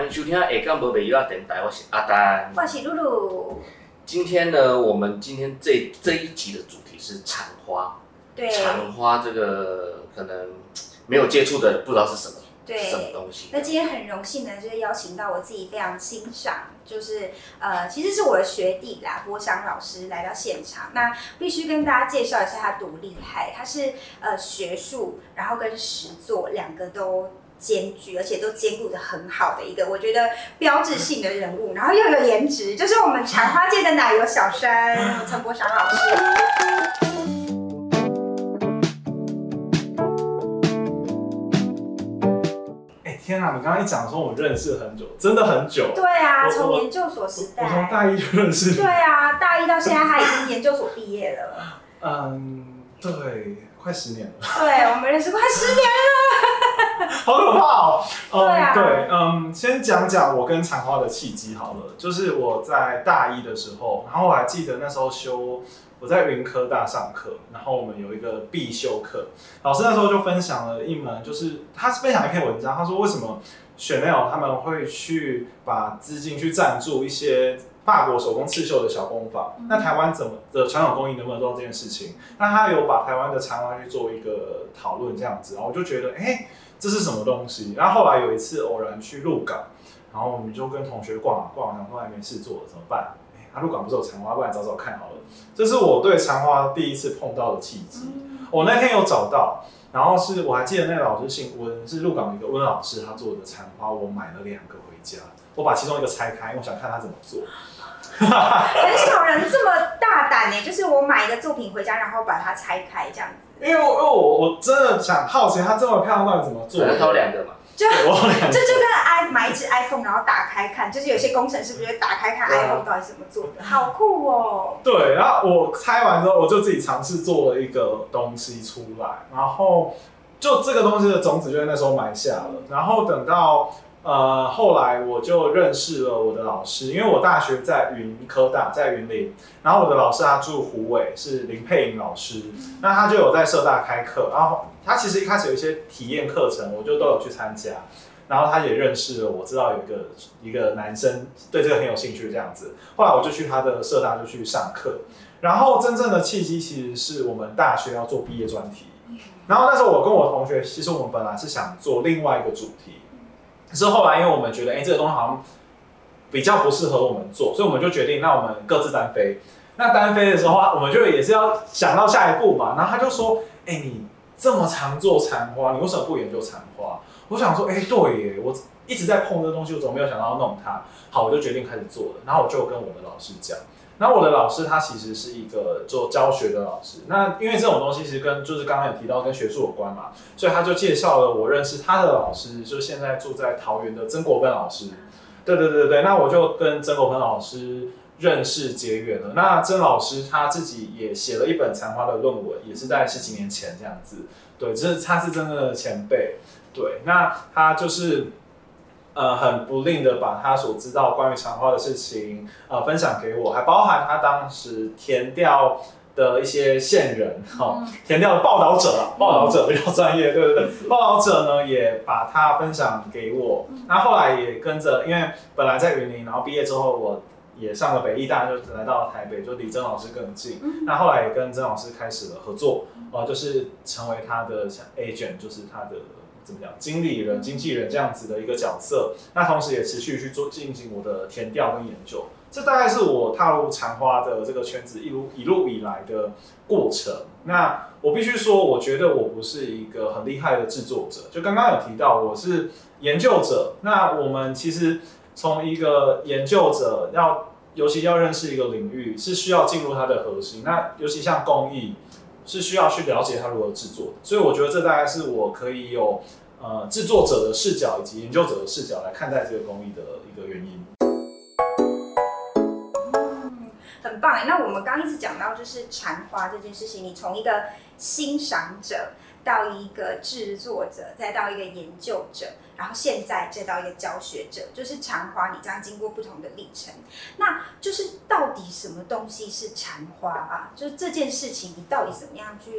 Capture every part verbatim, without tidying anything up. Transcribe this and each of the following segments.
迎收听下港无袂晓电台，我是阿丹， 我是露露。 今天呢，我们今天这这一集的主题是蝉花。 对， 蝉花这个可能没有接触的不知道是什么， 对， 什么东西。 那今天很荣幸呢，就是邀请到我自己非常欣赏，就是呃，其实是我的学弟啦，郭翔老师来到现场。那必须跟大家介绍一下他多厉害，他是呃学术，然后跟实作两个都兼具，而且都兼顾的很好的一个，我觉得标志性的人物，然后又有颜值，就是我们蝉花界的奶油小生陈国祥老师。 天啊！你刚刚一讲说我们认识很久，真的很久。 对啊，从研究所时代， 我从大一就认识你。 对啊，大一到现在他已经研究所毕业了。 嗯，对，快十年了。 对，我们认识快十年了， 好可怕哦。嗯、 对啊， 对，嗯，先讲讲我跟蝉花的契机好了。就是我在大一的时候，然后我还记得那时候修。我在云科大上课，然后我们有一个必修课，老师那时候就分享了一门，就是他分享一篇文章，他说为什么Chanel他们会去把资金去赞助一些法国手工刺绣的小工坊，嗯、那台湾怎么的传统工艺能不能做到这件事情？那他有把台湾的蝉花去做一个讨论这样子，然后我就觉得，哎、欸，这是什么东西？然后后来有一次偶然去鹿港，然后我们就跟同学逛啊逛，想说还没事做怎么办？啊，鹿港不是有蝉花，不然找找看好了。这是我对蝉花第一次碰到的契机。嗯、我那天有找到，然后是我还记得那个老师姓温，是鹿港的一个温老师，他做的蝉花，我买了两个回家。我把其中一个拆开，因为我想看他怎么做。 很少人这么大胆呢，就是我买一个作品回家，然后把它拆开这样子。 因为我我我真的想好奇他这么漂亮到底怎么做。 我挑两个嘛。 就这就跟 i 买一只 iPhone 然后打开看，就是有些工程师不是打开看 iPhone 到底怎么做的，好酷哦。 对，然后我拆完之后，我就自己尝试做了一个东西出来，然后就这个东西的种子就在那时候埋下了。然后等到呃后来我就认识了我的老师，因为我大学在云科大，在云林，然后我的老师他住虎尾，是林佩莹老师，那他就有在社大开课，然后他其实一开始有一些体验课程，我就都有去参加。然后他也认识了，我知道有一个一个男生对这个很有兴趣这样子。后来我就去他的社大就去上课，然后真正的契机其实是我们大学要做毕业专题。然后那时候我跟我同学，其实我们本来是想做另外一个主题，可是后来因为我们觉得，哎，这个东西好像比较不适合我们做，所以我们就决定，那我们各自单飞。那单飞的时候，我们就也是要想到下一步嘛。然后他就说，哎，你这么常做蝉花，你为什么不研究蝉花？我想说，哎、欸，对耶，我一直在碰这东西，我怎么没有想到要弄它？好，我就决定开始做了。然后我就跟我的老师讲，然后我的老师他其实是一个做教学的老师。那因为这种东西其实跟就是刚刚有提到跟学术有关嘛，所以他就介绍了我认识他的老师，就是现在住在桃园的曾国芬老师。对对对对，那我就跟曾国芬老师认识结缘了。那曾老师他自己也写了一本蝉花的论文，也是在十几年前这样子。对，这他是真正的前辈。对，那他就是呃很不吝的把他所知道关于蝉花的事情呃分享给我，还包含他当时田调的一些线人，哈、嗯，田调的报道者，报道者比较专业，对对对，报道者呢也把他分享给我，那后来也跟着，因为本来在云林，然后毕业之后我也上了北艺大，就来到台北，就离曾老师更近。嗯、那后来也跟曾老师开始了合作，呃，就是成为他的 agent， 就是他的怎么讲经理人、经纪人这样子的一个角色。那同时也持续去做进行我的田调跟研究。这大概是我踏入蝉花的这个圈子一路一路以来的过程。那我必须说，我觉得我不是一个很厉害的制作者。就刚刚有提到，我是研究者。那我们其实从一个研究者要，尤其要认识一个领域，是需要进入它的核心。那尤其像工艺，是需要去了解它如何制作的。所以我觉得这大概是我可以有呃制作者的视角以及研究者的视角来看待这个工艺的一个原因。 很棒哎！那我们刚刚一直讲到就是蝉花这件事情，你从一个欣赏者到一个制作者，再到一个研究者，然后现在再到一个教学者，就是蝉花，你这样经过不同的历程，那就是到底什么东西是蝉花啊？就是这件事情，你到底怎么样去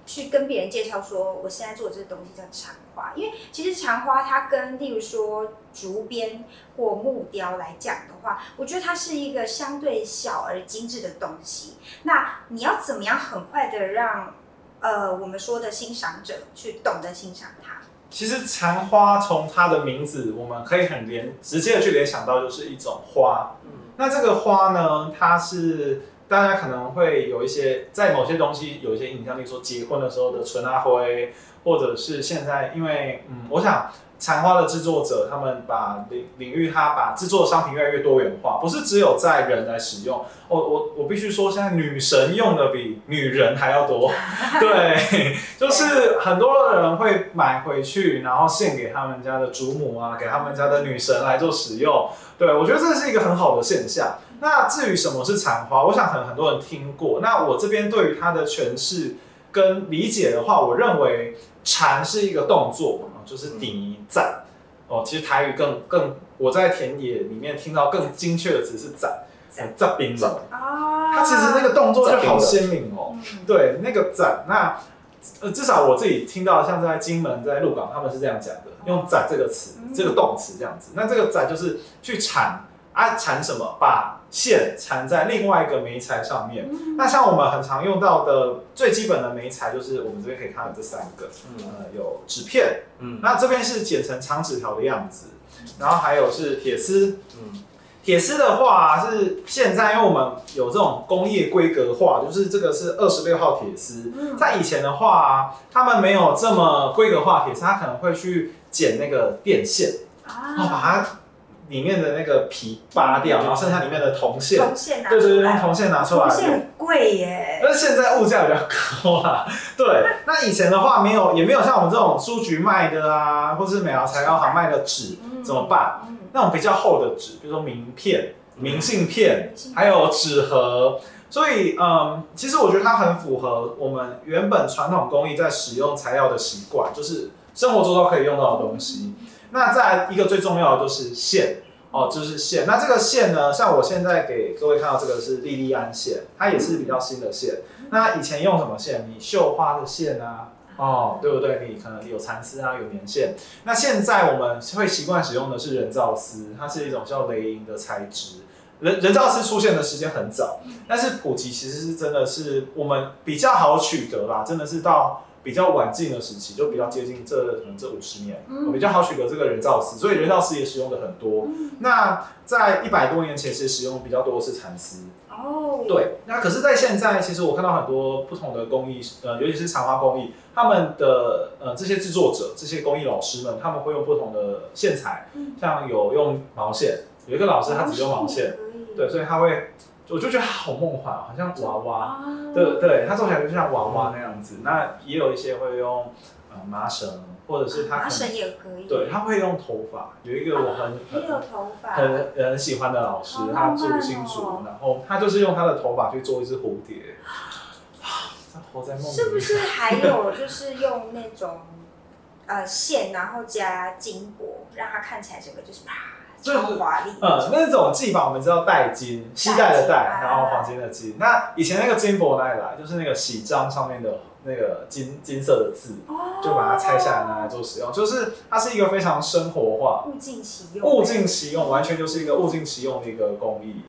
去跟别人介绍说我现在做的这个东西叫长花，因为其实长花它跟例如说竹编或木雕来讲的话，我觉得它是一个相对小而精致的东西。那你要怎么样很快的让呃我们说的欣赏者去懂得欣赏它？ 其实蝉花从它的名字，我们可以很联直接的去联想到就是一种花。嗯，那这个花呢，它是大家可能会有一些在某些东西有一些影响力，说结婚的时候的纯阿灰，或者是现在因为嗯，我想蝉花的制作者他们把领领域，他把制作的商品越来越多元化，不是只有在人来使用。我我我必须说，现在女神用的比女人还要多，对，就是很多人会买回去，然后献给他们家的祖母啊，给他们家的女神来做使用。对，我觉得这是一个很好的现象。那至于什么是蝉花，我想可能很多人听过。那我这边对于它的诠释跟理解的话，我认为蝉是一个动作，就是抵赞。哦，其实台语更更，我在田野里面听到更精确的词是赞，赞冰了。它其实那个动作就好鲜明哦。对，那个赞，那呃至少我自己听到，像在金门、在鹿港，他们是这样讲的，用赞这个词，这个动词这样子。那这个赞就是去缠啊，缠什么？把线缠在另外一个媒材上面。嗯、那像我们很常用到的最基本的媒材，就是我们这边可以看到这三个，嗯、呃，有纸片，嗯，那这边是剪成长纸条的样子，然后还有是铁丝，嗯，铁丝的话是现在因为我们有这种工业规格化，就是这个是二十六号铁丝，嗯、在以前的话，他们没有这么规格化铁丝，他可能会去剪那个电线，啊、然后把它里面的那个皮扒掉，然后剩下里面的铜线， 铜线拿对对对，用铜线拿出来。 铜线很贵耶， 但是现在物价比较高啊。对，那以前的话没有，也没有像我们这种书局卖的啊，或是美劳材料行卖的纸，嗯、怎么办？嗯、那种比较厚的纸，比如说名片、明信片，还有纸盒。所以，嗯，其实我觉得它很符合我们原本传统工艺在使用材料的习惯，就是生活周遭可以用到的东西。那再来一个最重要的就是线哦，就是线。那这个线呢，像我现在给各位看到这个是莉莉安线，它也是比较新的线。那以前用什么线？你绣花的线啊，哦，对不对？你可能有蚕丝啊，有棉线。那现在我们会习惯使用的是人造丝，它是一种叫雷银的材质。人人造丝出现的时间很早，但是普及其实是真的是我们比较好取得啦，真的是到比较晚近的时期，就比较接近这可能这五十年，嗯、比较好取得这个人造丝，所以人造丝也使用的很多。嗯、那在一百多年前，其实使用比较多的是蚕丝。哦，对。那可是，在现在，其实我看到很多不同的工艺，呃，尤其是长花工艺，他们的呃这些制作者、这些工艺老师们，他们会用不同的线材，嗯、像有用毛线，有一个老师他只用毛线，对，所以他会。我就觉得好梦幻，好像娃娃，对对，它做起来就像娃娃那样子。那也有一些会用呃麻绳，或者是他麻绳也可以， 对，他会用头发。有一个我很也有头发很很喜欢的老师，他住新竹，然后他就是用他的头发去做一只蝴蝶，活在梦里。 是不是还有就是用那种呃线，然后加金箔，让它看起来整个就是啪。超华丽， 嗯，那种技法我们知道带金，系带的带，然后黄金的金。那以前那个金箔哪里来？就是那个喜章上面的那个金金色的字，哦、就把它拆下来拿来做使用。就是它是一个非常生活化、 物尽其用、 物尽其用，完全就是一个物尽其用的一个工艺。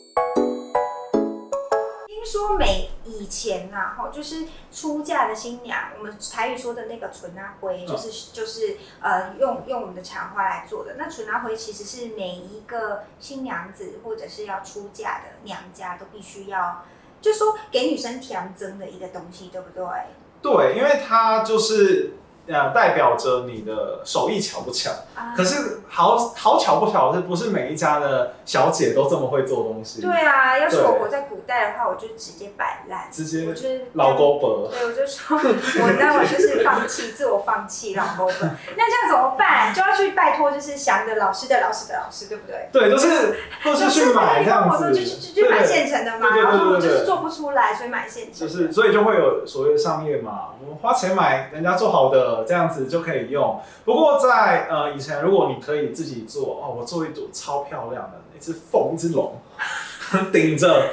听说美以前呐、啊，就是出嫁的新娘，我们台语说的那个纯阿灰，就是、嗯、就是呃用用我们的长花来做的。那纯阿灰其实是每一个新娘子或者是要出嫁的娘家都必须要，就说给女生甜增的一个东西，对不对？ 对，因为它就是呃代表着你的手艺巧不巧。啊、可是好好巧不巧，是不是每一家的小姐都这么会做东西？ 对啊，要是我活在古代的话，我就直接摆烂， 直接我就是老勾本。 对，我就说，我那我就是放弃，自我放弃老勾本。那这样怎么办？就要去拜托，就是祥的老师的老师的老师，对不对？ 对，就是或是去买这样子， 就去去买现成的嘛。然后我就是做不出来，所以买现成。 就是，所以就会有所谓的商业嘛，我们花钱买人家做好的，这样子就可以用。不过在呃以前，如果你可以自己做哦，我做一朵超漂亮的一只凤，一只龙，顶着。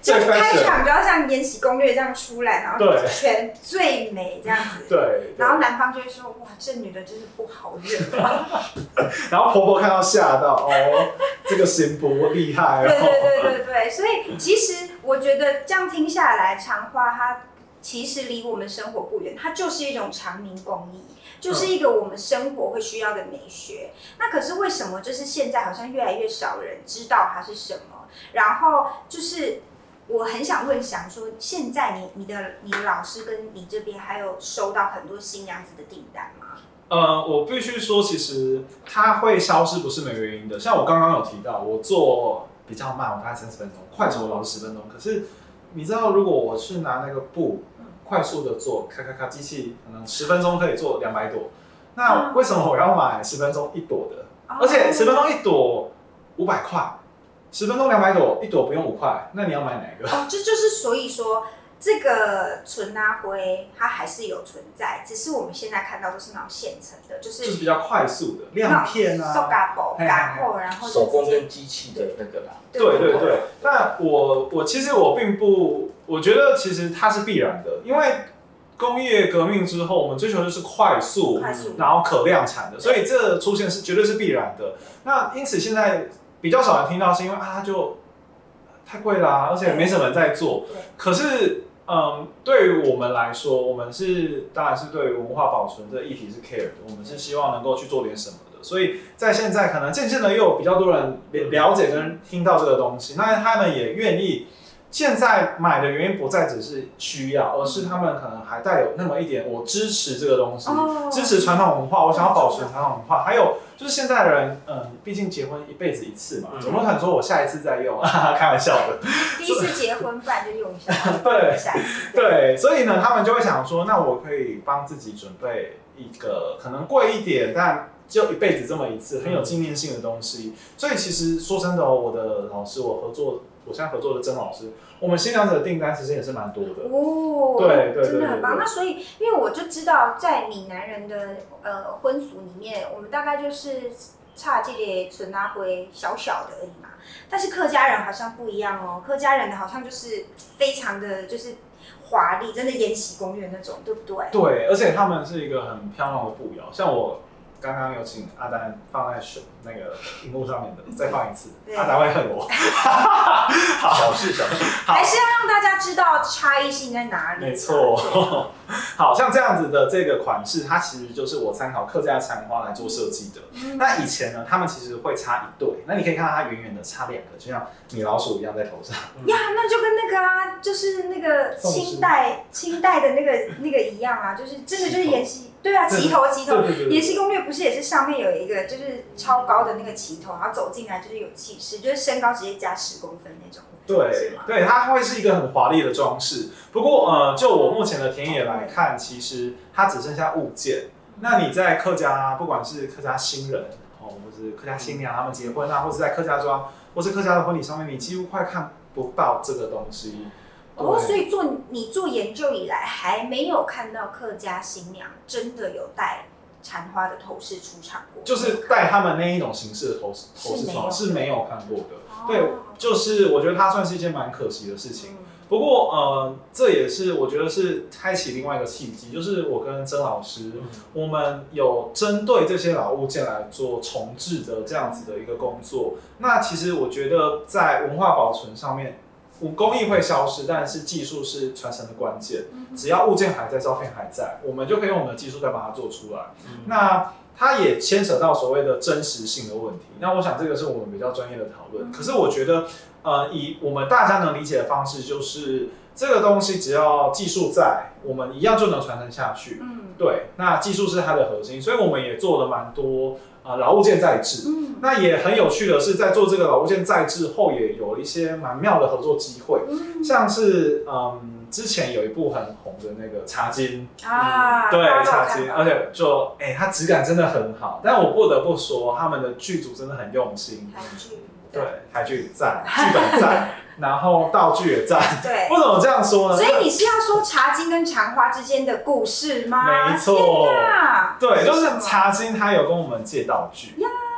就开场就要像《延禧攻略》这样出来，然后全最美这样子。 对。 然后男方就会说：“哇，这女的真是不好惹。” 然后婆婆看到吓到，哦，这个新妇厉害哦。 对对对对对，所以其实我觉得这样听下来，长花它其实离我们生活不远，它就是一种长明工艺。就是一个我们生活会需要的美学。那可是为什么就是现在好像越来越少人知道它是什么？然后就是我很想问，想说现在你你的你的老师跟你这边还有收到很多新娘子的订单吗？ 呃，我必须说，其实它会消失不是没原因的。像我刚刚有提到，我做比较慢，我大概三十分钟，快手我老师十分钟。可是你知道，如果我是拿那个布。快速的做，咔咔咔，机器可能十分钟可以做两百朵。那为什么我要买十分钟一朵的？而且十分钟一朵五百块，十分钟两百朵，一朵不用五块，那你要买哪一个？ 哦，这就是所以说这个纯拉灰它还是有存在，只是我们现在看到都是那种现成的，就是就是比较快速的亮片啊， 手嘎包嘎后，然后手工跟机器的那个啦。 对对对，那我我其实我并不。我觉得其实它是必然的，因为工业革命之后，我们追求的是快速， 快速然后可量产的，所以这出现是绝对是必然的。那因此现在比较少人听到，是因为啊就太贵啦、啊，而且没什么人在做。可是，嗯，对于我们来说，我们是当然是对于文化保存这议题是 care 的，我们是希望能够去做点什么的。所以在现在可能渐渐的又有比较多人了解跟听到这个东西，那他们也愿意。现在买的原因不再只是需要，而是他们可能还带有那么一点我支持这个东西，哦、支持传统文化，我想要保存传统文化。还有就是现在的人，嗯，毕竟结婚一辈子一次嘛，总不可能说我下一次再用，开玩笑的。 第一次结婚，不然就用一下， 对， 下一次。 对，所以呢，他们就会想说，那我可以帮自己准备一个可能贵一点，但就一辈子这么一次，很有纪念性的东西。所以其实说真的哦，我的老师，我合作。我现在合作的曾老师，我们新娘子的订单其实也是蛮多的哦， 对对对， 真的很棒。那所以，因为我就知道，在闽南人的呃婚俗里面，我们大概就是差这个纯拉灰小小的而已嘛。但是客家人好像不一样哦，客家人的好像就是非常的就是华丽，真的《延禧攻略》那种，对不对？ 对，而且他们是一个很漂亮的步摇，像我。刚刚有请阿丹放在那个荧幕上面的，再放一次，阿丹会恨我。 小事小事， 还是要让大家知道差异性在哪里。 没错，好像这样子的这个款式，它其实就是我参考客家蚕花来做设计的。嗯、那以前呢，他们其实会插一对，那你可以看到它远远的插两个，就像米老鼠一样在头上。 呀，那就跟那个啊，就是那个清代清代的那个那个一样啊，就是真的就是延禧。对啊，旗头旗头，《延禧攻略》不是也是上面有一个就是超高的那个旗头，然后走进来就是有气势，就是身高直接加十公分那种。 对，对，它会是一个很华丽的装饰。不过呃，就我目前的田野来看，其实它只剩下物件。那你在客家，不管是客家新人哦，或是客家新娘他们结婚啊，或是在客家庄，或是客家的婚礼上面，你几乎快看不到这个东西。 哦，所以做你做研究以来，还没有看到客家新娘真的有带蚕花的头饰出场过， 就是带他们那一种形式的头饰头饰出场是没有看过的。哦、对，就是我觉得它算是一件蛮可惜的事情。嗯、不过呃，这也是我觉得是开启另外一个契机，就是我跟曾老师，嗯、我们有针对这些老物件来做重制的这样子的一个工作。那其实我觉得在文化保存上面。工艺会消失，但是技术是传承的关键。只要物件还在，照片还在，我们就可以用我们的技术再把它做出来。嗯、那它也牵扯到所谓的真实性的问题。那我想这个是我们比较专业的讨论。嗯、可是我觉得，呃，以我们大家能理解的方式，就是这个东西只要技术在，我们一样就能传承下去。嗯，对，那技术是它的核心，所以我们也做了蛮多。啊，老物件再制，嗯、那也很有趣的是，在做这个老物件再制后，也有一些蛮妙的合作机会，嗯、像是嗯，之前有一部很红的那个《茶金》啊，嗯、对，《茶金》，而且就哎、欸，它质感真的很好，但我不得不说，他们的剧组真的很用心， 台剧， 对，台剧赞，剧本赞。然后道具也赞， 对， 为什么这样说呢？ 所以你是要说茶金跟长花之间的故事吗？ 没错，对，就是是茶金他有跟我们借道具，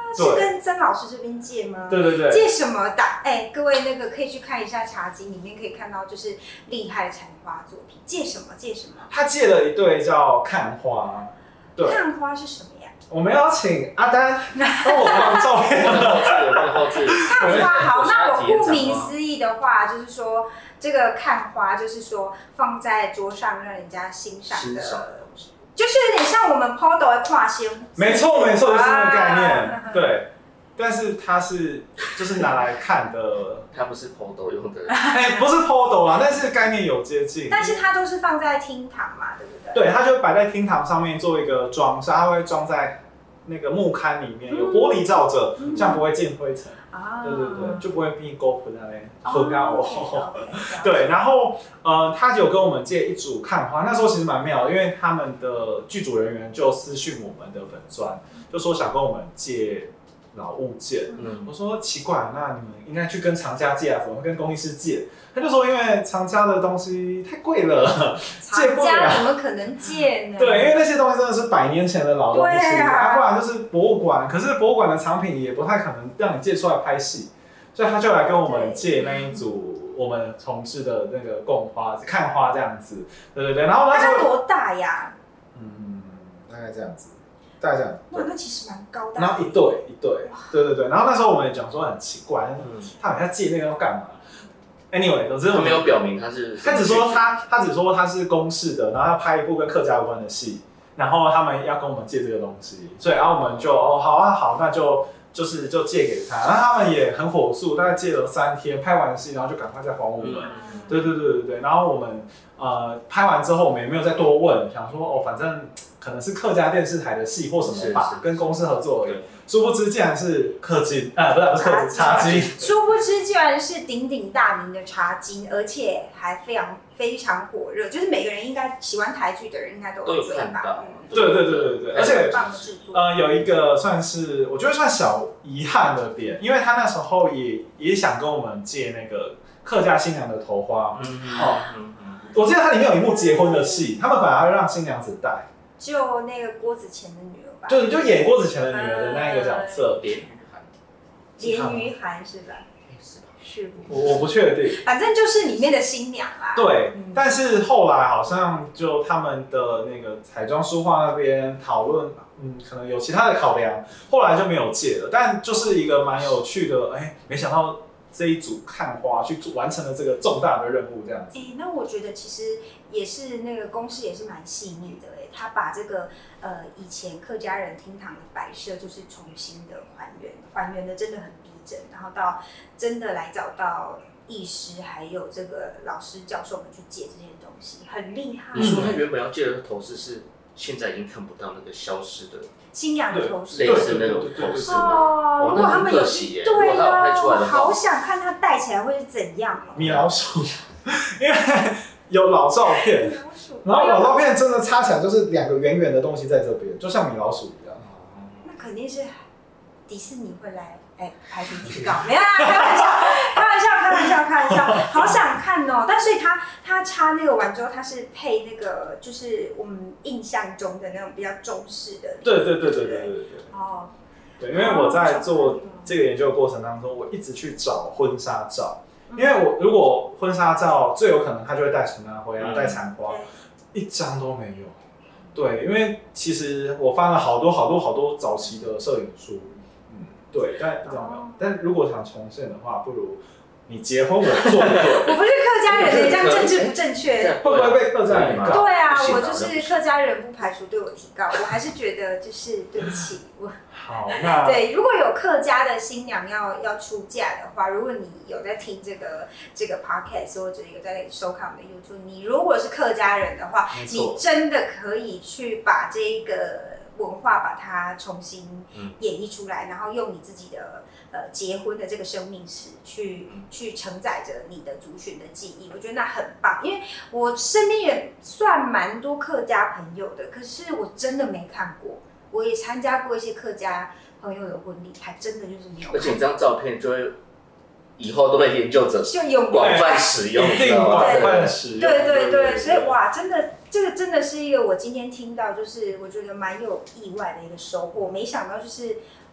是跟曾老师这边借吗？ 对对对。 借什么打？哎，各位那个可以去看一下茶经，里面可以看到就是厉害的禅花作品。借什么？借什么？ 他借了一对叫看花。对。 看花是什么呀？ 我们要请阿丹帮我放照片。 看花好，那我顾名思义的话，就是说这个看花，就是说放在桌上让人家欣赏的。就是有点像我们 P O D O 的跨胸， 没错没错，就是那个概念，对。但是它是就是拿来看的， 它不是 P O D O 用的， 哎，不是 P O D O 啦，但是概念有接近。 但是它都是放在厅堂嘛，对不对？ 对，它就摆在厅堂上面做一个装饰，它会装在那个木龛里面，有玻璃罩着，这样不会进灰尘。啊，对对对，就不会变勾喷啊嘞，喷啊哦。对，然后呃，他有跟我们借一组看花，那时候其实蛮妙的，因为他们的剧组人员就私讯我们的粉专，就说想跟我们借老物件。嗯，我说奇怪，那你们应该去跟藏家借啊，怎么会跟工艺师借？他就说因为藏家的东西太贵了，借不了。 藏家怎么可能借呢？ 对，因为那些东西真的是百年前的老东西，对啊，不然就是博物馆。可是博物馆的藏品也不太可能让你借出来拍戏，所以他就来跟我们借那一组我们重置的那个供花、看花这样子。对对对，然后那它多大呀？ 嗯，大概这样子。大概这样， 哇，那其实蛮高的。 然后一对一对，对对对，然后那时候我们也讲说很奇怪，嗯、他好像借那个要干嘛 ？Anyway， 总之他没有表明他是， 他只说他他只说他是公视的，然后要拍一部跟客家有关的戏，然后他们要跟我们借这个东西，所以然后我们就哦好啊好，那就就是就借给他，然后他们也很火速，大概借了三天，拍完戏然后就赶快再还我们。嗯、对对对对对，然后我们呃拍完之后，我们也没有再多问，想说哦反正。可能是客家电视台的戏或什么吧，跟公司合作而已。殊不知竟然是氪金，啊，不是不是氪金，茶金。 殊不知竟然是鼎鼎大名的茶金，而且还非常非常火热，就是每个人应该喜欢台剧的人应该都有追吧。 对对对对对，而且呃有一个算是我觉得算小遗憾的点，因为他那时候也也想跟我们借那个客家新娘的头花，嗯哦，嗯我记得它里面有一幕结婚的戏，他们本来要让新娘子戴。 就那个郭子乾的女儿吧， 就就演郭子乾的女儿的那一个角色， 连于涵， 连于涵是吧？是， 我我不确定， 反正就是里面的新娘啦。 对，嗯、但是后来好像就他们的那个彩妆书画那边讨论，嗯，可能有其他的考量，后来就没有借了。但就是一个蛮有趣的，哎，没想到。这一组看花去完成了这个重大的任务，这样子。 哎、欸，那我觉得其实也是那个公司也是蛮细腻的哎，他把这个呃以前客家人厅堂的摆设，就是重新的还原，还原的真的很逼真，然后到真的来找到艺师还有这个老师教授们去借这些东西，很厉害。 你说他原本要借的头饰是现在已经看不到那个消失的。 新娘的头饰， 类似那种头饰吗？ 哦，如果他们有，对啊， 我好想看他戴起来会是怎样哦。 米老鼠，因为有老照片，然后老照片真的插起来就是两个圆圆的东西在这边，就像米老鼠一样。 那肯定是迪士尼会来哎排除提告，没有啦，开玩笑，开玩笑，开玩笑，开玩笑，好想看哦。但所以他他插那个完之后，他是配那个就是我们印象中的那种比较中式的。 对对对对对对对。哦。对，因为我在做这个研究的过程当中，我一直去找婚纱照，因为我如果婚纱照最有可能他就会带陈阿辉啊，带残花，一张都没有。对，因为其实我翻了好多好多好多早期的摄影书。对，但不知道没有。但如果想重现的话，不如你结婚我做。 我不是客家人，这样政治不正确。 会不会被客家人告？ 对啊，我就是客家人，不排除对我提告。我还是觉得就是对不起我。 好，那对，如果有客家的新娘要要出嫁的话，如果你有在听这个这个 podcast 或者有在收看我们的 YouTube， 你如果是客家人的话，你真的可以去把这个。文化把它重新演绎出来，然后用你自己的呃结婚的这个生命史去去承载着你的族群的记忆，我觉得那很棒。因为我身边也算蛮多客家朋友的，可是我真的没看过。我也参加过一些客家朋友的婚礼，还真的就是没有看过。 而且这张照片就会以后都被研究者广泛使用， 一定广泛使用。 对对对，所以哇，真的。这个真的是一个我今天听到，就是我觉得蛮有意外的一个收获。没想到就是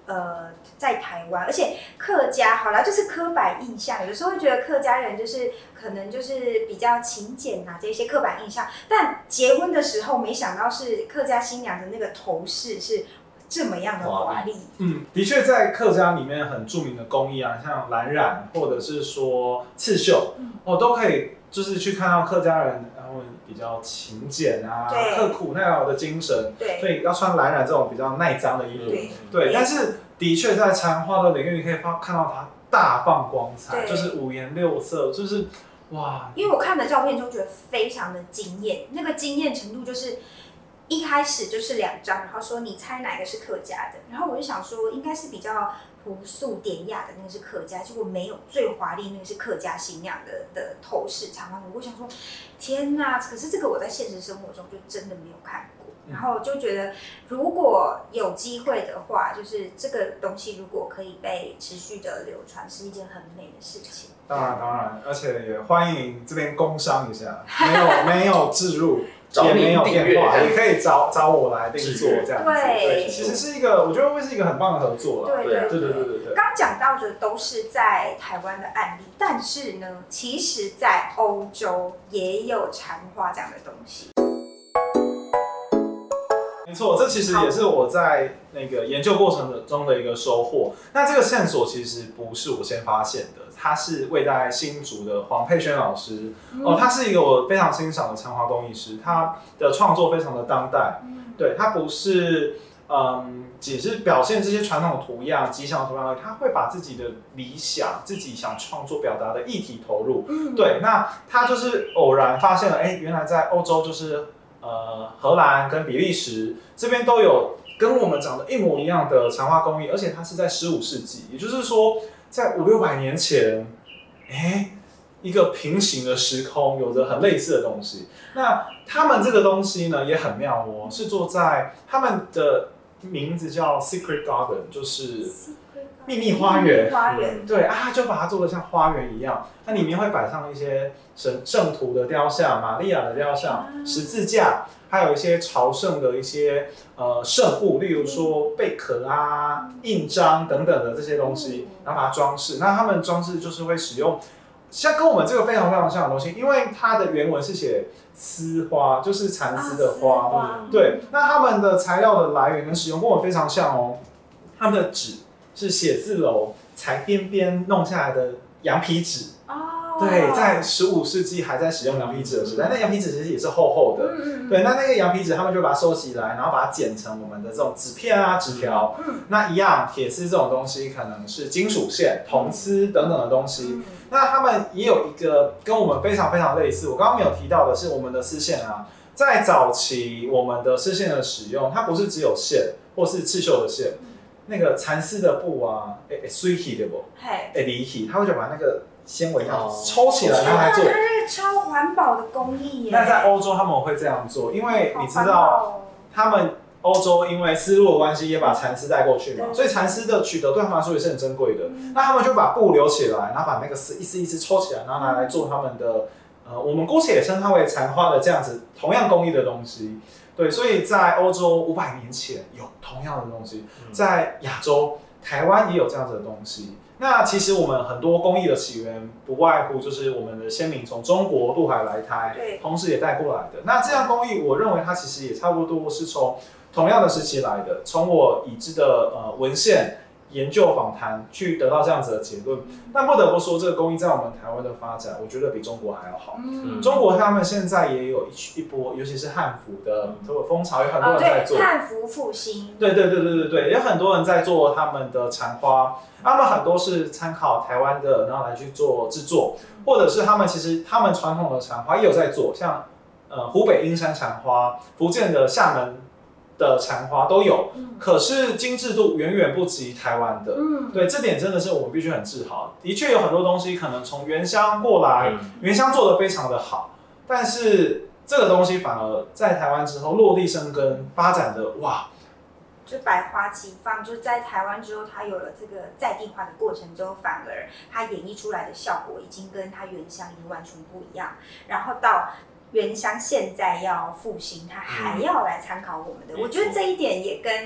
呃，在台湾，而且客家好啦，就是刻板印象，有的时候会觉得客家人就是可能就是比较勤俭啊，这些刻板印象。但结婚的时候，没想到是客家新娘的那个头饰是这么样的华丽。 嗯，的确，在客家里面很著名的工艺啊，像蓝染或者是说刺绣，嗯、哦，都可以就是去看到客家人，然后比较勤俭啊、刻苦耐劳的精神。 对， 所以要穿蓝染这种比较耐脏的衣服。 对， 对，但是的确在缠花的领域，你可以看到它大放光彩，就是五颜六色，就是哇！ 因为我看的照片就觉得非常的惊艳，那个惊艳程度就是一开始就是两张，然后说你猜哪个是客家的，然后我就想说应该是比较朴素典雅的那个是客家，结果没有，最华丽那个是客家新娘的的头饰长发。我想说天哪，可是这个我在现实生活中就真的没有看过。然后就觉得，如果有机会的话，就是这个东西如果可以被持续的流传，是一件很美的事情。 当然当然，而且也欢迎这边工商一下，没有没有置入，也没有电话，也可以找找我来定做这样子。对，其实是一个，我觉得会是一个很棒的合作了。 对对对对对对对。 刚讲到的都是在台湾的案例，但是呢，其实在欧洲也有缠花这样的东西。 没错，这其实也是我在那个研究过程中的一个收获。那这个线索其实不是我先发现的，他是位在新竹的黄佩轩老师。嗯、哦，他是一个我非常欣赏的缠花工艺师，他的创作非常的当代。嗯、对，他不是嗯，只是表现这些传统的图样、吉祥的图样而已，他会把自己的理想、自己想创作表达的议题投入。嗯、对，那他就是偶然发现了，哎，原来在欧洲就是。呃，荷兰跟比利时这边都有跟我们长得一模一样的缠花工艺，而且它是在十五世纪，也就是说，在五六百年前，哎，一个平行的时空有着很类似的东西。那他们这个东西呢也很妙哦，是做在他们的名字叫 Secret Garden， 就是秘密花园。 花园对啊，就把它做得像花园一样，它里面会摆上一些神圣徒的雕像、玛利亚的雕像、十字架，还有一些朝圣的一些呃圣物，例如说贝壳啊、印章等等的这些东西，然后把它装饰。那他们装饰就是会使用像跟我们这个非常非常像的东西，因为它的原文是写丝花，就是蚕丝的花。 啊、 对，那他们的材料的来源跟使用跟我们非常像哦。他们的纸是写字楼裁边边弄下来的羊皮纸。 哦， 对，在十五世纪还在使用羊皮纸的时代，那羊皮纸其实也是厚厚的。嗯、对，那那个羊皮纸他们就把它收起来，然后把它剪成我们的这种纸片啊、纸条。嗯、那一样，铁丝这种东西可能是金属线、铜丝等等的东西。嗯、那他们也有一个跟我们非常非常类似，我刚刚没有提到的是我们的丝线啊，在早期我们的丝线的使用，它不是只有线或是刺绣的线。那个蚕丝的布啊，哎、欸，水起对不？哎，离起，他会就把那个纤维要抽起来，然后来做。 它是超环保的工艺耶。 那在欧洲他们会这样做，因为你知道，他们欧洲因为丝路的关系，也把蚕丝带过去嘛，所以蚕丝的取得对他们来说也是很珍贵的。嗯、那他们就把布留起来，然后把那个丝一丝一丝抽起来，然后拿来做他们的呃，我们姑且也称它为蚕花的这样子同样工艺的东西。对，所以在欧洲五百年前有同样的东西，在亚洲、台湾也有这样子的东西。那其实我们很多工艺的起源，不外乎就是我们的先民从中国渡海来台，同时也带过来的。那这样工艺，我认为它其实也差不多是从同样的时期来的。从我已知的呃文献、研究访谈去得到这样子的结论。但不得不说，这个工艺在我们台湾的发展，我觉得比中国还要好。嗯、中国他们现在也有一一波，尤其是汉服的这个风潮，有很多人在做。 哦、汉服复兴。 对对对对对对，有很多人在做他们的缠花，他们很多是参考台湾的，然后来去做制作，或者是他们其实他们传统的缠花也有在做，像呃湖北阴山缠花、福建的厦门的缠花都有，可是精致度远远不及台湾的。嗯，对，这点真的是我们必须很自豪。的确有很多东西可能从原乡过来，嗯、原乡做得非常的好，但是这个东西反而在台湾之后落地生根，发展的哇， 就百花齐放。就在台湾之后，它有了这个在地化的过程之后，反而它演绎出来的效果已经跟它原乡已经完全不一样。然后到原乡现在要复兴，他还要来参考我们的，嗯、我觉得这一点也跟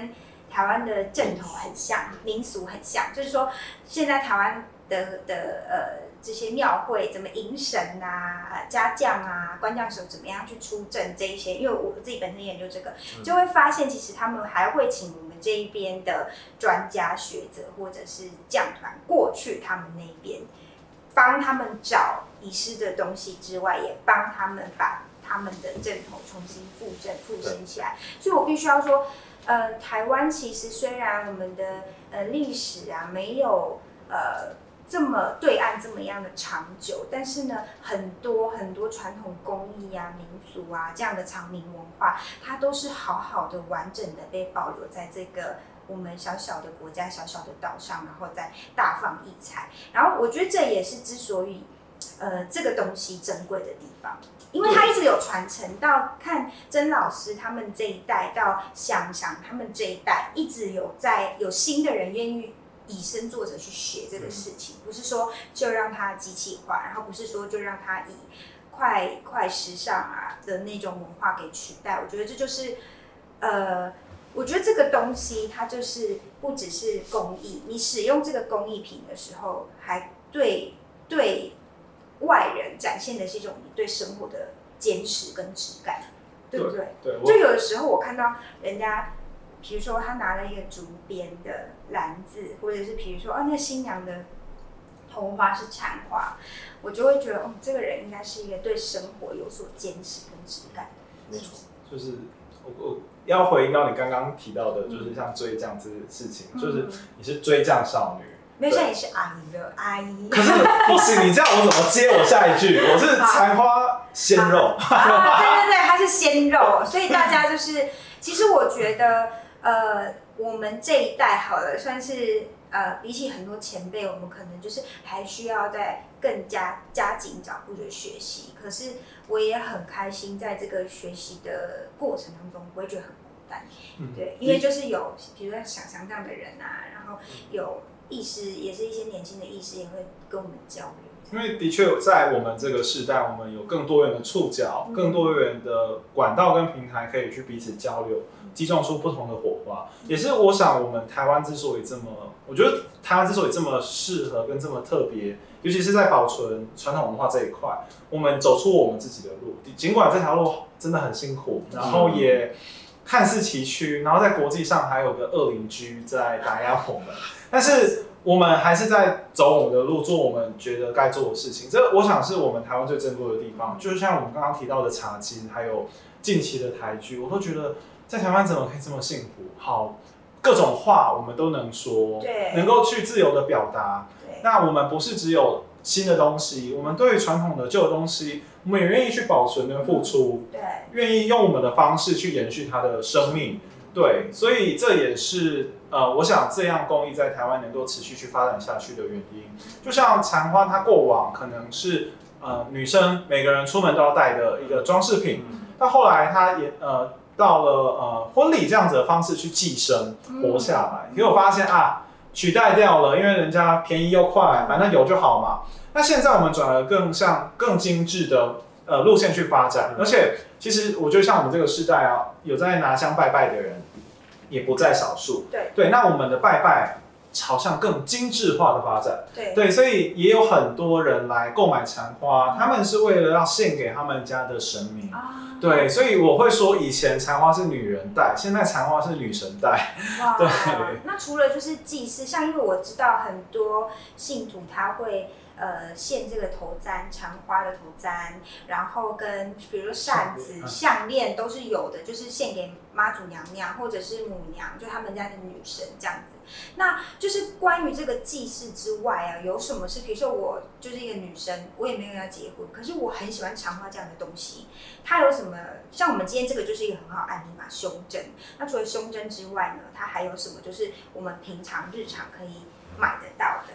台湾的阵头很像，民俗很像，就是说现在台湾的的呃这些庙会怎么迎神啊、呃、家将啊、官将手怎么样去出阵这一些，因为我自己本身研究这个，就会发现其实他们还会请我们这一边的专家学者或者是将团过去他们那边，帮他们找遗失的东西之外，也帮他们把他们的阵头重新复振复兴起来。所以我必须要说。呃，台湾其实虽然我们的呃历史啊没有呃这么对岸这么样的长久，但是呢，很多很多传统工艺啊、民俗啊这样的长明文化，它都是好好的、完整的被保留在这个我们小小的国家、小小的岛上，然后再大放异彩。然后我觉得这也是之所以呃这个东西珍贵的地方。因为他一直有传承到看曾老师他们这一代，到想想他们这一代，一直有在有新的人愿意以身作则去学这个事情，不是说就让它机器化，然后不是说就让它以快快时尚啊的那种文化给取代。我觉得这就是呃，我觉得这个东西它就是不只是工艺，你使用这个工艺品的时候，还对对。外人展现的是一种你对生活的坚持跟质感，对不对？ 对。 就有的时候我看到人家，比如说他拿了一个竹编的篮子，或者是比如说啊，那个新娘的头花是缠花，我就会觉得，哦，这个人应该是一个对生活有所坚持跟质感的。 没错， 就是我我要回应到你刚刚提到的，就是像追将这事情，嗯、就是你是追将少女。 没有像你是阿姨的阿姨， 可是不行，你这样我怎么接我下一句？我是残花鲜肉啊，啊对对对，它是鲜肉，所以大家就是，其实我觉得，呃，我们这一代好了，算是呃，比起很多前辈，我们可能就是还需要再更加加紧脚步的学习。可是我也很开心，在这个学习的过程当中，不会觉得很孤单，嗯、对，因为就是有，比如说想象这样的人啊，然后有。意识也是一些年轻的意识也会跟我们交流， 因为的确在我们这个世代，我们有更多元的触角、嗯、更多元的管道跟平台可以去彼此交流，击撞出不同的火花。也是我想，我们台湾之所以这么，我觉得台湾之所以这么适合跟这么特别，尤其是在保存传统文化这一块，我们走出我们自己的路。尽管这条路真的很辛苦，然后也看似崎岖，然后在国际上还有个恶邻居在打压我们。但是我们还是在走我们的路，做我们觉得该做的事情。这我想是我们台湾最珍贵的地方。就像我们刚刚提到的茶经，还有近期的台剧，我都觉得在台湾怎么可以这么幸福？好，各种话我们都能说，能够去自由的表达。那我们不是只有新的东西，我们对于传统的旧的东西，我们也愿意去保存跟付出，对，愿意用我们的方式去延续它的生命。对，所以这也是呃，我想这样工艺在台湾能够持续去发展下去的原因。就像缠花，它过往可能是呃女生每个人出门都要带的一个装饰品，到后来它也呃到了呃婚礼这样子的方式去寄生活下来。结果发现啊，取代掉了，因为人家便宜又快，反正有就好嘛。那现在我们转而更像更精致的呃路线去发展，而且其实我觉得像我们这个世代啊，有在拿香拜拜的人也不在少数。对对，那我们的拜拜朝向更精致化的发展。对对，所以也有很多人来购买缠花，他们是为了要献给他们家的神明。啊、对，所以我会说，以前缠花是女人戴，现在缠花是女神戴。哇，对。 那除了就是祭祀，像因为我知道很多信徒他会。呃，献这个头簪，缠花的头簪，然后跟比如说扇子、项链都是有的，就是献给妈祖娘娘或者是母娘，就他们家的女神这样子。那就是关于这个祭祀之外啊，有什么是，比如说我就是一个女生，我也没有要结婚，可是我很喜欢缠花这样的东西，它有什么？像我们今天这个就是一个很好案例嘛，胸针。那除了胸针之外呢，它还有什么？就是我们平常日常可以买得到的。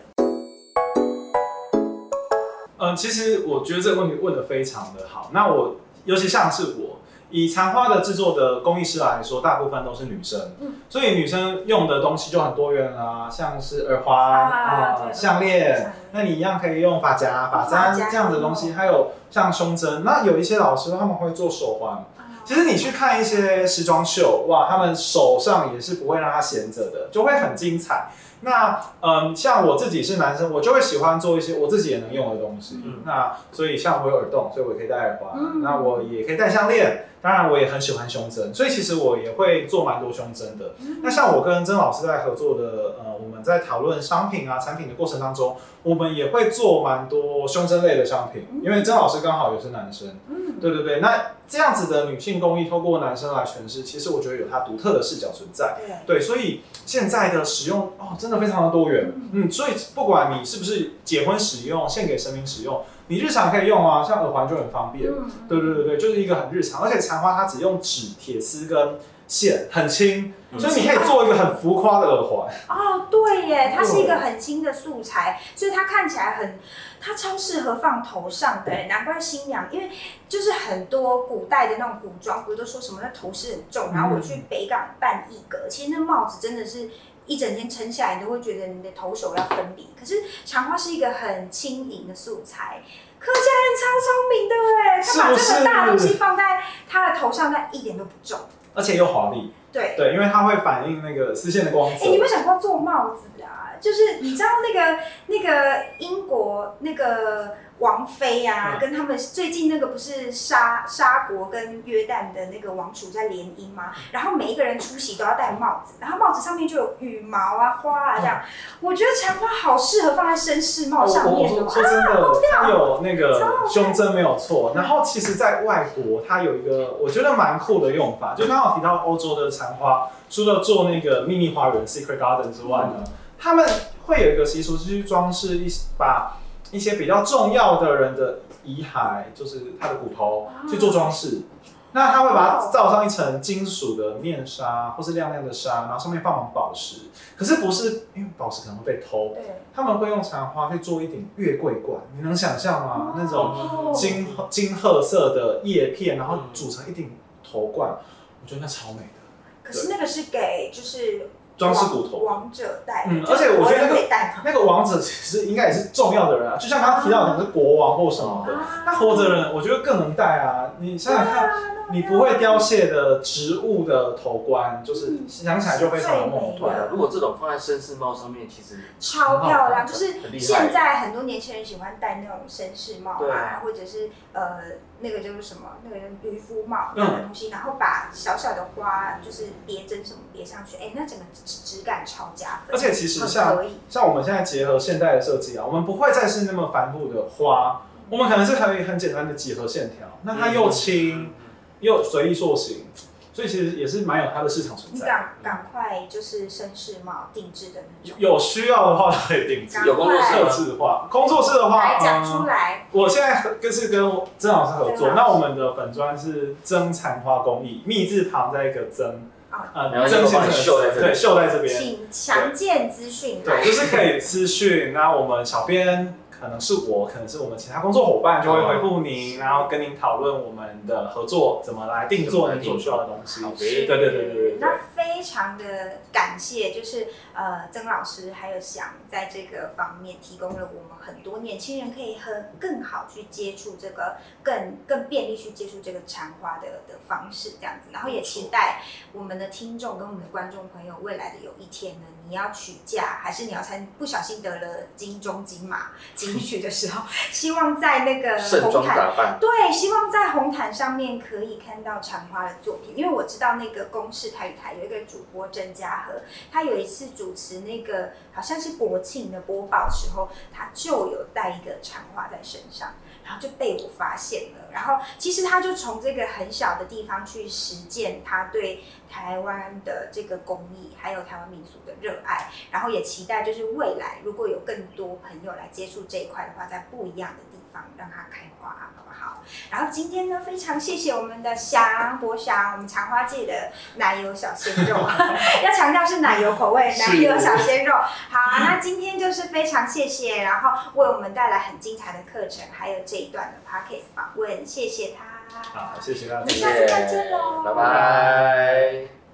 嗯，其实我觉得这个问题问得非常的好。那我尤其像是我以缠花的制作的工艺师来说，大部分都是女生，嗯、所以女生用的东西就很多元啊，像是耳环啊、项链，那你一样可以用发夹、发簪这样的东西，还有像胸针。那有一些老师他们会做手环， 其实你去看一些时装秀，哇，他们手上也是不会让它闲着的，就会很精彩。那嗯，像我自己是男生，我就会喜欢做一些我自己也能用的东西。嗯、那所以像我有耳洞，所以我也可以戴耳环。嗯、那我也可以戴项链，当然我也很喜欢胸针，所以其实我也会做蛮多胸针的。嗯、那像我跟曾老师在合作的，呃，我们在讨论商品啊、产品的过程当中，我们也会做蛮多胸针类的商品，因为曾老师刚好也是男生。嗯、对对对，那这样子的女性工艺，透过男生来诠释，其实我觉得有它独特的视角存在。对，所以现在的使用哦，真的非常的多元。嗯，所以不管你是不是结婚使用、献给神明使用，你日常可以用啊，像耳环就很方便。嗯、对对对对，就是一个很日常，而且缠花它只用纸、铁丝跟线，很轻，嗯、所以你可以做一个很浮夸的耳环。 哦，对耶，它是一个很轻的素材，所以它看起来很，它超适合放头上的，难怪新娘，因为就是很多古代的那种古装，不是都说什么那头饰很重，然后我去北港办一格，其实那帽子真的是。一整天撑下来，你都会觉得你的头手要分离。可是长花是一个很轻盈的素材，客家人超聪明的哎，他把这个大东西放在他的头上，但一点都不重， 而且又华丽。 对对，因为它会反映那个丝线的光泽。 哎，你有没有想过做帽子啊？就是你知道那个那个英国那个王妃啊，嗯、跟他们最近那个不是沙沙国跟约旦的那个王储在联姻吗？然后每一个人出席都要戴帽子，然后帽子上面就有羽毛啊、花啊这样。嗯、我觉得缠花好适合放在绅士帽上面哦。说真的，它有那个胸针没有错。然后其实，在外国它有一个我觉得蛮酷的用法，就刚好提到欧洲的缠花，除了做那个秘密花园 （Secret Garden） 之外呢，嗯、他们会有一个习俗，是去装饰一把。一些比较重要的人的遗骸，就是他的骨头去做装饰。那他会把它罩上一层金属的面纱，或是亮亮的纱，然后上面放满宝石。可是不是因为宝石可能会被偷，他们会用缠花去做一顶月桂冠。你能想象吗？那种金金褐色的叶片，然后组成一顶头冠，我觉得那超美的。 可是那个是给就是。 装饰骨头， 王者戴， 嗯，而且我觉得那个那个王者其实应该也是重要的人啊，就像刚刚提到的，可能是国王或什么的，那、啊、活着的人，我觉得更能戴啊。你想想看，你不会凋谢的植物的头冠，就是想起来就非常的梦幻。 如果这种放在绅士帽上面，其实超漂亮。就是现在很多年轻人喜欢戴那种绅士帽啊，或者是呃那个就是什么那个渔夫帽那个东西，嗯、然后把小小的花就是别针什么别上去，哎，那整个质感超加分。 而且其实像像我们现在结合现代的设计啊，我们不会再是那么繁复的花，我们可能是可以很简单的几何线条，那它又轻。又随意塑形，所以其实也是蛮有它的市场存在。 你赶赶快就是绅士帽定制的那种， 有需要的话可以定制， 有工作室特制化。工作室的话， 来讲出来、 嗯。我现在就是跟曾老师合作，那我们的粉专是曾缠花工艺，密字旁在一个曾。 呃，曾先生对，秀在这边， 请详见资讯。 对，就是可以私讯，那我们小编。可能是我，可能是我们其他工作伙伴就会回复您，然后跟您讨论我们的合作怎么来定做你所需要的东西。对对对对对。 那非常的感谢，就是呃曾老师还有翔在这个方面提供了我们很多年轻人可以很更好去接触这个更更便利去接触这个缠花的的方式这样子，然后也期待我们的听众跟我们的观众朋友未来的有一天呢，你要取价还是你要参不小心得了金钟金马。金曲的时候，希望在那个红毯，对，希望在红毯上面可以看到缠花的作品，因为我知道那个公视台语台有一个主播曾家和，他有一次主持那个好像是国庆的播报时候，他就有带一个缠花在身上，然后就被我发现了。然后其实他就从这个很小的地方去实践他对台湾的这个工艺，还有台湾民俗的热爱，然后也期待就是未来如果有更多朋友来接触这一块的话，在不一样的地方让它开花，好不好？然后今天呢，非常谢谢我们的翔博翔，我们长花界的奶油小鲜肉，要强调是奶油口味，奶油小鲜肉。好，那今天就是非常谢谢，然后为我们带来很精彩的课程，还有这一段的 podcast 访问，谢谢他。 好，谢谢大家， 我们下次再见喽， 拜拜。